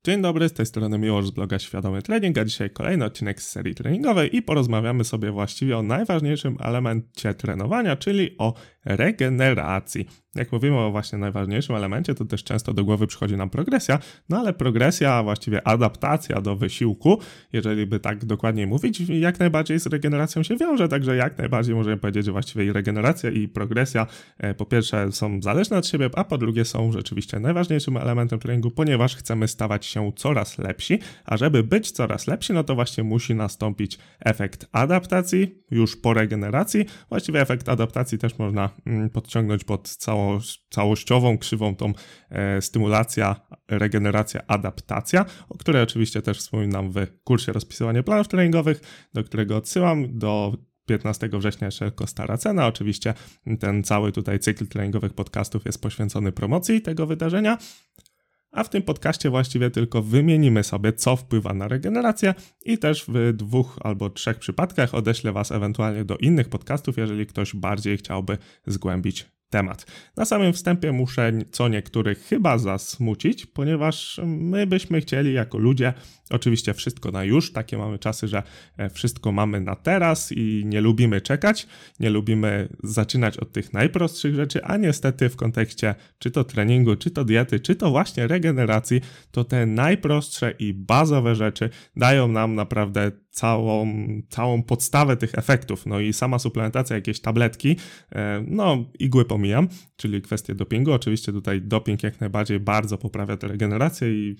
Dzień dobry, z tej strony Miłosz z bloga Świadomy Trening, a dzisiaj kolejny odcinek z serii treningowej i porozmawiamy sobie właściwie o najważniejszym elemencie trenowania, czyli o regeneracji. Jak mówimy o właśnie najważniejszym elemencie, to też często do głowy przychodzi nam progresja, no ale progresja, a właściwie adaptacja do wysiłku, jeżeli by tak dokładniej mówić, jak najbardziej z regeneracją się wiąże, także jak najbardziej możemy powiedzieć, że właściwie i regeneracja i progresja po pierwsze są zależne od siebie, a po drugie są rzeczywiście najważniejszym elementem treningu, ponieważ chcemy stawać się coraz lepsi, a żeby być coraz lepsi, no to właśnie musi nastąpić efekt adaptacji już po regeneracji. Właściwie efekt adaptacji też można podciągnąć pod całościową krzywą tą stymulacja, regeneracja, adaptacja, o której oczywiście też wspominam w kursie rozpisywania planów treningowych, do którego odsyłam do 15 września jeszcze stara cena. Oczywiście ten cały tutaj cykl treningowych podcastów jest poświęcony promocji tego wydarzenia. A w tym podcaście właściwie tylko wymienimy sobie, co wpływa na regenerację i też w 2 albo 3 przypadkach odeślę Was ewentualnie do innych podcastów, jeżeli ktoś bardziej chciałby zgłębić temat. Na samym wstępie muszę co niektórych chyba zasmucić, ponieważ my byśmy chcieli jako ludzie oczywiście wszystko na już, takie mamy czasy, że wszystko mamy na teraz i nie lubimy czekać, nie lubimy zaczynać od tych najprostszych rzeczy, a niestety w kontekście czy to treningu, czy to diety, czy to właśnie regeneracji, to te najprostsze i bazowe rzeczy dają nam naprawdę całą podstawę tych efektów. No i sama suplementacja, jakieś tabletki, igły pomijam, czyli kwestie dopingu. Oczywiście tutaj doping jak najbardziej bardzo poprawia tę regenerację i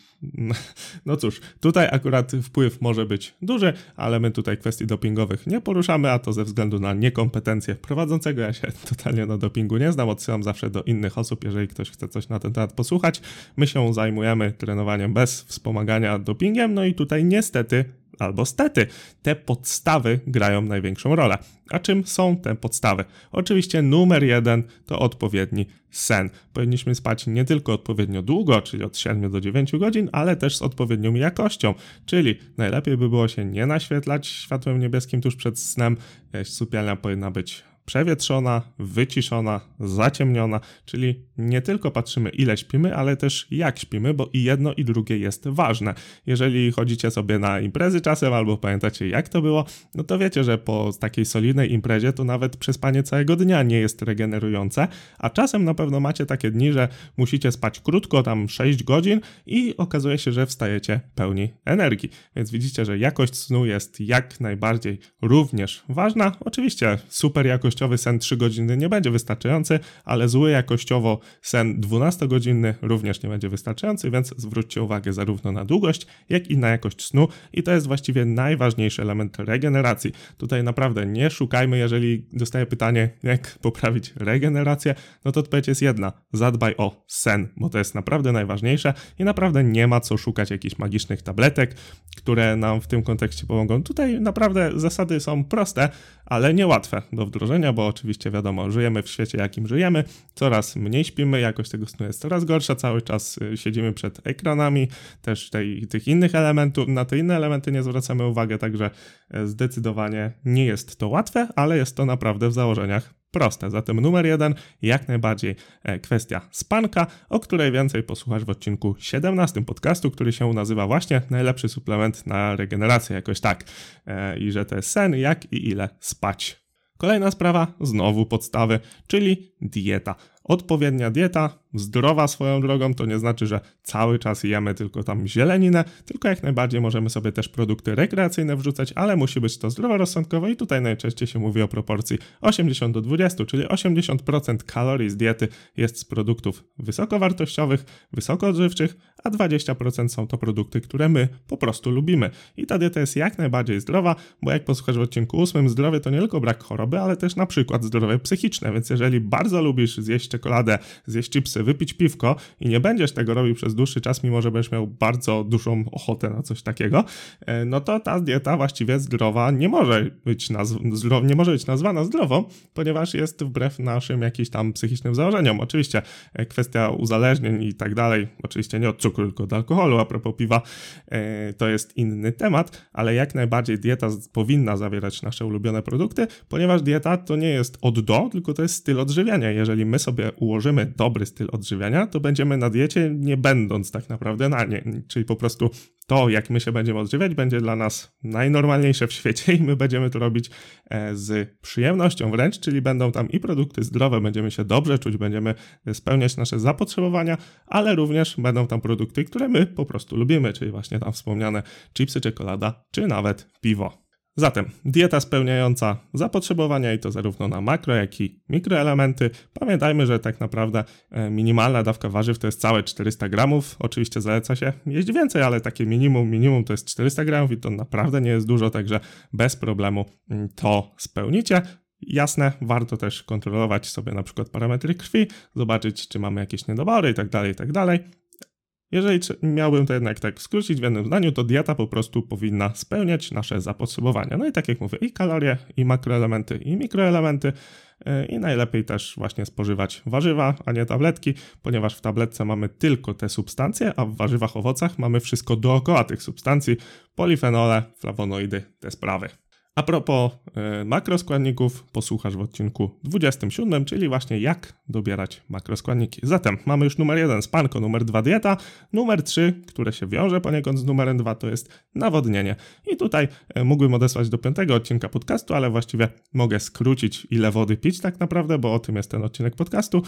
no cóż, tutaj akurat wpływ może być duży, ale my tutaj kwestii dopingowych nie poruszamy, a to ze względu na niekompetencje prowadzącego. Ja się totalnie na dopingu nie znam, odsyłam zawsze do innych osób, jeżeli ktoś chce coś na ten temat posłuchać. My się zajmujemy trenowaniem bez wspomagania dopingiem, no i tutaj niestety albo stety, te podstawy grają największą rolę. A czym są te podstawy? Oczywiście numer 1 to odpowiedni sen. Powinniśmy spać nie tylko odpowiednio długo, czyli od 7 do 9 godzin, ale też z odpowiednią jakością, czyli najlepiej by było się nie naświetlać światłem niebieskim tuż przed snem. Sypialnia powinna być przewietrzona, wyciszona, zaciemniona, czyli nie tylko patrzymy ile śpimy, ale też jak śpimy, bo i jedno i drugie jest ważne. Jeżeli chodzicie sobie na imprezy czasem albo pamiętacie jak to było, no to wiecie, że po takiej solidnej imprezie to nawet przespanie całego dnia nie jest regenerujące, a czasem na pewno macie takie dni, że musicie spać krótko, tam 6 godzin i okazuje się, że wstajecie pełni energii. Więc widzicie, że jakość snu jest jak najbardziej również ważna. Oczywiście super jakościowy sen 3 godziny nie będzie wystarczający, ale zły jakościowo sen 12-godzinny również nie będzie wystarczający, więc zwróćcie uwagę zarówno na długość, jak i na jakość snu i to jest właściwie najważniejszy element regeneracji. Tutaj naprawdę nie szukajmy, jeżeli dostaję pytanie, jak poprawić regenerację, no to odpowiedź jest jedna, zadbaj o sen, bo to jest naprawdę najważniejsze i naprawdę nie ma co szukać jakichś magicznych tabletek, które nam w tym kontekście pomogą. Tutaj naprawdę zasady są proste, ale niełatwe do wdrożenia, bo oczywiście wiadomo, żyjemy w świecie jakim żyjemy, coraz mniej śpimy, jakość tego snu jest coraz gorsza, cały czas siedzimy przed ekranami, też tych innych elementów, na te inne elementy nie zwracamy uwagi, także zdecydowanie nie jest to łatwe, ale jest to naprawdę w założeniach proste. Zatem numer 1, jak najbardziej kwestia spanka, o której więcej posłuchasz w odcinku 17 podcastu, który się nazywa właśnie najlepszy suplement na regenerację, jakoś tak. I że to jest sen, jak i ile spać. Kolejna sprawa, znowu podstawy, czyli dieta. Odpowiednia dieta, zdrowa swoją drogą, to nie znaczy, że cały czas jemy tylko tam zieleninę, tylko jak najbardziej możemy sobie też produkty rekreacyjne wrzucać, ale musi być to zdroworozsądkowe i tutaj najczęściej się mówi o proporcji 80 do 20, czyli 80% kalorii z diety jest z produktów wysokowartościowych, wysokoodżywczych, a 20% są to produkty, które my po prostu lubimy. I ta dieta jest jak najbardziej zdrowa, bo jak posłuchasz w odcinku 8, zdrowie to nie tylko brak choroby, ale też na przykład zdrowie psychiczne, więc jeżeli bardzo lubisz zjeść czekoladę, zjeść chipsy, wypić piwko i nie będziesz tego robił przez dłuższy czas, mimo że będziesz miał bardzo dużą ochotę na coś takiego, no to ta dieta właściwie zdrowa nie może być nazwana zdrową, ponieważ jest wbrew naszym jakimś tam psychicznym założeniom. Oczywiście kwestia uzależnień i tak dalej, oczywiście nie od cukru, tylko od alkoholu, a propos piwa, to jest inny temat, ale jak najbardziej dieta powinna zawierać nasze ulubione produkty, ponieważ dieta to nie jest od do, tylko to jest styl odżywiania. Jeżeli my sobie sobie ułożymy dobry styl odżywiania, to będziemy na diecie nie będąc tak naprawdę na nie. Czyli po prostu to, jak my się będziemy odżywiać, będzie dla nas najnormalniejsze w świecie i my będziemy to robić z przyjemnością wręcz, czyli będą tam i produkty zdrowe, będziemy się dobrze czuć, będziemy spełniać nasze zapotrzebowania, ale również będą tam produkty, które my po prostu lubimy, czyli właśnie tam wspomniane chipsy, czekolada, czy nawet piwo. Zatem dieta spełniająca zapotrzebowania i to zarówno na makro, jak i mikroelementy. Pamiętajmy, że tak naprawdę minimalna dawka warzyw to jest całe 400 gramów. Oczywiście zaleca się jeść więcej, ale takie minimum to jest 400 gramów i to naprawdę nie jest dużo, także bez problemu to spełnicie. Jasne, warto też kontrolować sobie na przykład parametry krwi, zobaczyć, czy mamy jakieś niedobory itd. Jeżeli miałbym to jednak tak skrócić w jednym zdaniu, to dieta po prostu powinna spełniać nasze zapotrzebowania. No i tak jak mówię, i kalorie, i makroelementy, i mikroelementy. I najlepiej też właśnie spożywać warzywa, a nie tabletki, ponieważ w tabletce mamy tylko te substancje, a w warzywach, owocach mamy wszystko dookoła tych substancji, polifenole, flawonoidy, te sprawy. A propos makroskładników, posłuchasz w odcinku 27, czyli właśnie jak dobierać makroskładniki. Zatem mamy już numer 1 spanko, numer 2 dieta, numer 3, które się wiąże poniekąd z numerem 2, to jest nawodnienie. I tutaj mógłbym odesłać do 5 odcinka podcastu, ale właściwie mogę skrócić, ile wody pić tak naprawdę, bo o tym jest ten odcinek podcastu.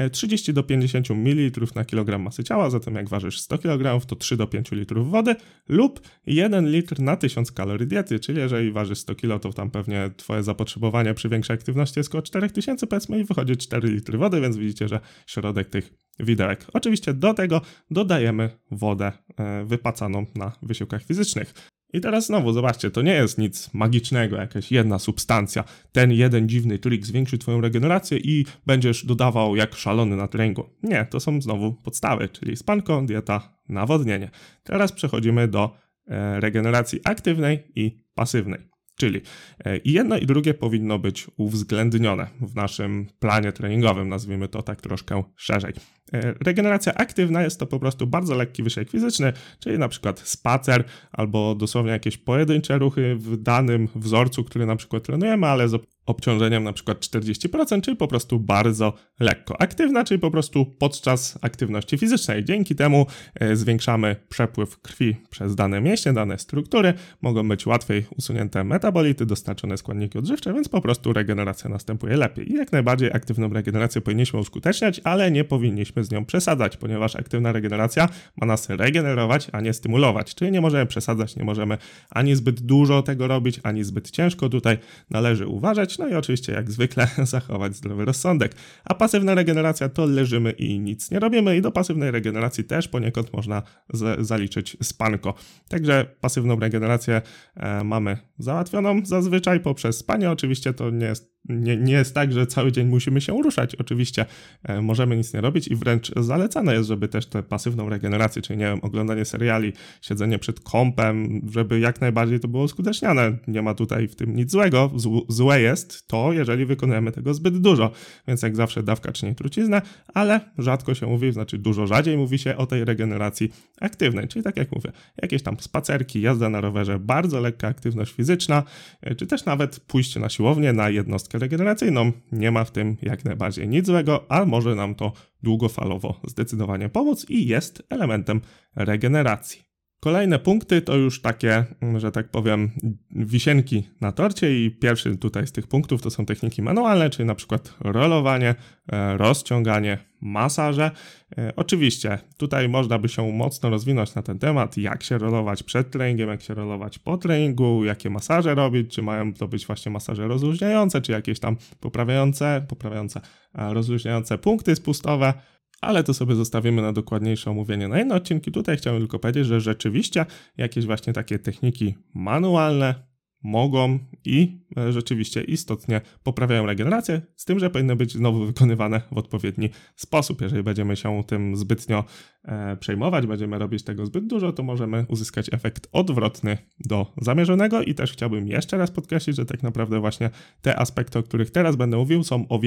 30 do 50 ml na kilogram masy ciała, zatem jak ważysz 100 kg, to 3 do 5 litrów wody lub 1 litr na 1000 kalorii diety, czyli jeżeli ważysz 100 kg, to tam pewnie twoje zapotrzebowanie przy większej aktywności jest około 4000 powiedzmy i wychodzi 4 litry wody, więc widzicie, że środek tych widełek. Oczywiście do tego dodajemy wodę wypacaną na wysiłkach fizycznych. I teraz znowu, zobaczcie, to nie jest nic magicznego, jakaś jedna substancja. Ten jeden dziwny trik zwiększy twoją regenerację i będziesz dodawał jak szalony na treningu. Nie, to są znowu podstawy, czyli spanko, dieta, nawodnienie. Teraz przechodzimy do regeneracji aktywnej i pasywnej. Czyli i jedno i drugie powinno być uwzględnione w naszym planie treningowym, nazwijmy to tak troszkę szerzej. Regeneracja aktywna jest to po prostu bardzo lekki wysiłek fizyczny, czyli na przykład spacer albo dosłownie jakieś pojedyncze ruchy w danym wzorcu, który na przykład trenujemy, ale z obciążeniem na przykład 40%, czyli po prostu bardzo lekko. Aktywna, czyli po prostu podczas aktywności fizycznej. Dzięki temu zwiększamy przepływ krwi przez dane mięśnie, dane struktury, mogą być łatwiej usunięte metabolity, dostarczone składniki odżywcze, więc po prostu regeneracja następuje lepiej. I jak najbardziej aktywną regenerację powinniśmy uskuteczniać, ale nie powinniśmy z nią przesadzać, ponieważ aktywna regeneracja ma nas regenerować, a nie stymulować, czyli nie możemy przesadzać, nie możemy ani zbyt dużo tego robić, ani zbyt ciężko. Tutaj należy uważać, no i oczywiście jak zwykle zachować zdrowy rozsądek. A pasywna regeneracja to leżymy i nic nie robimy i do pasywnej regeneracji też poniekąd można zaliczyć spanko. Także pasywną regenerację mamy załatwioną zazwyczaj poprzez spanie. Oczywiście to nie jest tak, że cały dzień musimy się ruszać. Oczywiście możemy nic nie robić i wręcz zalecane jest, żeby też tę pasywną regenerację, czyli nie wiem, oglądanie seriali, siedzenie przed kompem, żeby jak najbardziej to było uskuteczniane. Nie ma tutaj w tym nic złego. Złe jest to, jeżeli wykonujemy tego zbyt dużo. Więc jak zawsze dawka czyni truciznę, ale rzadko się mówi, znaczy dużo rzadziej mówi się o tej regeneracji aktywnej. Czyli tak jak mówię, jakieś tam spacerki, jazda na rowerze, bardzo lekka aktywność fizyczna, czy też nawet pójście na siłownię, na jednostkę regeneracyjną. Nie ma w tym jak najbardziej nic złego, a może nam to długofalowo zdecydowanie pomóc i jest elementem regeneracji. Kolejne punkty to już takie, że tak powiem, wisienki na torcie i pierwszy tutaj z tych punktów to są techniki manualne, czyli na przykład rolowanie, rozciąganie, masaże. Oczywiście tutaj można by się mocno rozwinąć na ten temat, jak się rolować przed treningiem, jak się rolować po treningu, jakie masaże robić, czy mają to być właśnie masaże rozluźniające, czy jakieś tam poprawiające, rozluźniające punkty spustowe. Ale to sobie zostawimy na dokładniejsze omówienie na inne odcinki. Tutaj chciałem tylko powiedzieć, że rzeczywiście jakieś właśnie takie techniki manualne mogą i rzeczywiście istotnie poprawiają regenerację, z tym, że powinny być znowu wykonywane w odpowiedni sposób. Jeżeli będziemy się tym zbytnio przejmować, będziemy robić tego zbyt dużo, to możemy uzyskać efekt odwrotny do zamierzonego i też chciałbym jeszcze raz podkreślić, że tak naprawdę właśnie te aspekty, o których teraz będę mówił, są o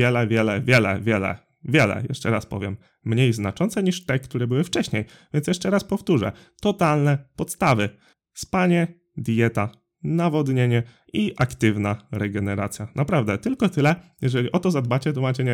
wiele, jeszcze raz powiem, mniej znaczące niż te, które były wcześniej. Więc jeszcze raz powtórzę, totalne podstawy. Spanie, dieta, nawodnienie i aktywna regeneracja. Naprawdę, tylko tyle. Jeżeli o to zadbacie, to macie,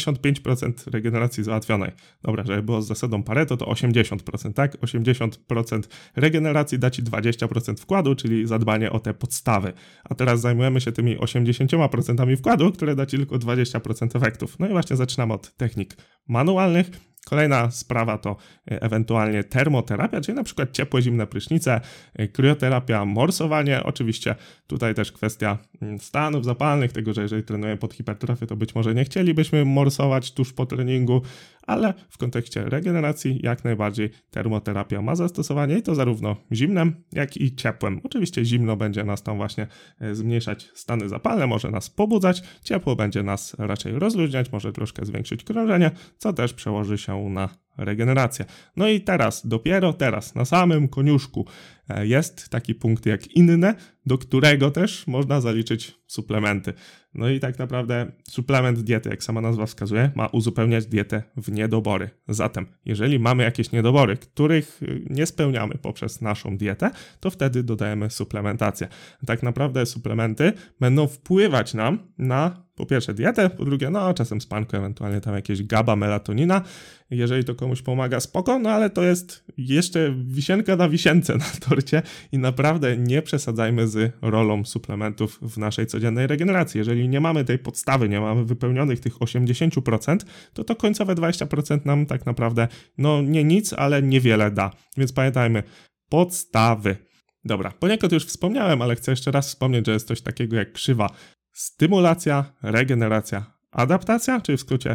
95% regeneracji załatwionej. Dobra, żeby było z zasadą Pareto, to 80%, tak? 80% regeneracji da ci 20% wkładu, czyli zadbanie o te podstawy. A teraz zajmujemy się tymi 80% wkładu, które da ci tylko 20% efektów. No i właśnie zaczynamy od technik manualnych. Kolejna sprawa to ewentualnie termoterapia, czyli na przykład ciepłe, zimne prysznice, krioterapia, morsowanie. Oczywiście tutaj też kwestia stanów zapalnych, tego, że jeżeli trenujemy pod hipertrofię, to być może nie chcielibyśmy morsować tuż po treningu, ale w kontekście regeneracji jak najbardziej termoterapia ma zastosowanie i to zarówno zimnem, jak i ciepłem. Oczywiście zimno będzie nas tam właśnie zmniejszać stany zapalne, może nas pobudzać, ciepło będzie nas raczej rozluźniać, może troszkę zwiększyć krążenie, co też przełoży się na regenerację. No i dopiero teraz, na samym koniuszku jest taki punkt jak inne, do którego też można zaliczyć suplementy. No i tak naprawdę suplement diety, jak sama nazwa wskazuje, ma uzupełniać dietę w niedobory. Zatem, jeżeli mamy jakieś niedobory, których nie spełniamy poprzez naszą dietę, to wtedy dodajemy suplementację. Tak naprawdę suplementy będą wpływać nam na po pierwsze dietę, po drugie czasem spanko, ewentualnie tam jakieś GABA, melatonina. Jeżeli to komuś pomaga, spoko, ale to jest jeszcze wisienka na wisience na torcie i naprawdę nie przesadzajmy z rolą suplementów w naszej codziennej regeneracji. Jeżeli nie mamy tej podstawy, nie mamy wypełnionych tych 80%, to końcowe 20% nam tak naprawdę nie nic, ale niewiele da. Więc pamiętajmy, podstawy. Dobra, poniekąd już wspomniałem, ale chcę jeszcze raz wspomnieć, że jest coś takiego jak krzywa stymulacja, regeneracja, adaptacja, czyli w skrócie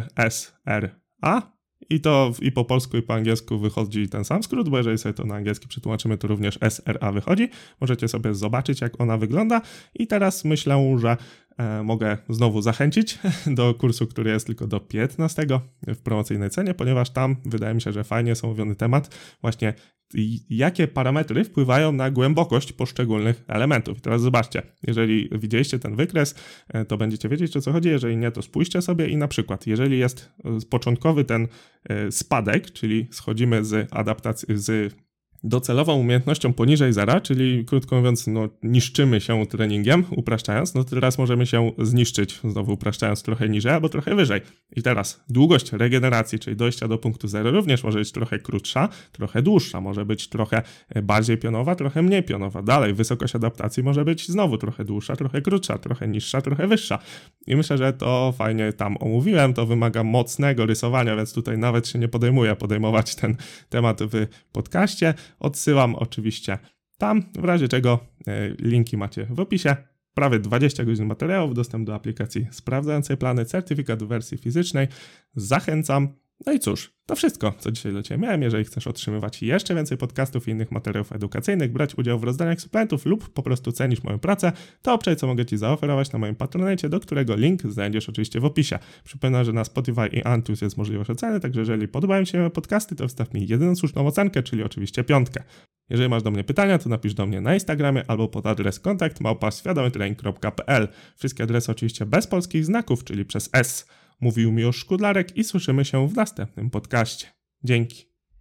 SRA. I to i po polsku, i po angielsku wychodzi ten sam skrót, bo jeżeli sobie to na angielski przetłumaczymy, to również SRA wychodzi. Możecie sobie zobaczyć, jak ona wygląda. I teraz myślę, że mogę znowu zachęcić do kursu, który jest tylko do 15 w promocyjnej cenie, ponieważ tam wydaje mi się, że fajnie jest omówiony temat właśnie jakie parametry wpływają na głębokość poszczególnych elementów. I teraz zobaczcie, jeżeli widzieliście ten wykres, to będziecie wiedzieć, o co chodzi. Jeżeli nie, to spójrzcie sobie i na przykład, jeżeli jest początkowy ten spadek, czyli schodzimy z adaptacji, docelową umiejętnością poniżej zera, czyli krótko mówiąc, niszczymy się treningiem, upraszczając, to teraz możemy się zniszczyć, znowu upraszczając trochę niżej albo trochę wyżej. I teraz długość regeneracji, czyli dojścia do punktu zero również może być trochę krótsza, trochę dłuższa, może być trochę bardziej pionowa, trochę mniej pionowa. Dalej, wysokość adaptacji może być znowu trochę dłuższa, trochę krótsza, trochę niższa, trochę wyższa. I myślę, że to fajnie tam omówiłem, to wymaga mocnego rysowania, więc tutaj nawet się nie podejmować ten temat w podcaście. Odsyłam oczywiście tam, w razie czego linki macie w opisie. Prawie 20 godzin materiałów, dostęp do aplikacji sprawdzającej plany, certyfikat w wersji fizycznej. Zachęcam. No i cóż, to wszystko, co dzisiaj dla Ciebie miałem. Jeżeli chcesz otrzymywać jeszcze więcej podcastów i innych materiałów edukacyjnych, brać udział w rozdaniach suplementów lub po prostu cenisz moją pracę, to obczaj, co mogę Ci zaoferować na moim Patronite, do którego link znajdziesz oczywiście w opisie. Przypominam, że na Spotify i Antunes jest możliwość oceny, także jeżeli podobają Ci się moje podcasty, to wstaw mi jedyną słuszną ocenkę, czyli oczywiście 5. Jeżeli masz do mnie pytania, to napisz do mnie na Instagramie albo pod adres kontakt@świadomytrening.pl. Wszystkie adresy oczywiście bez polskich znaków, czyli przez S. Mówił Miłosz Szkudlarek i słyszymy się w następnym podcaście. Dzięki.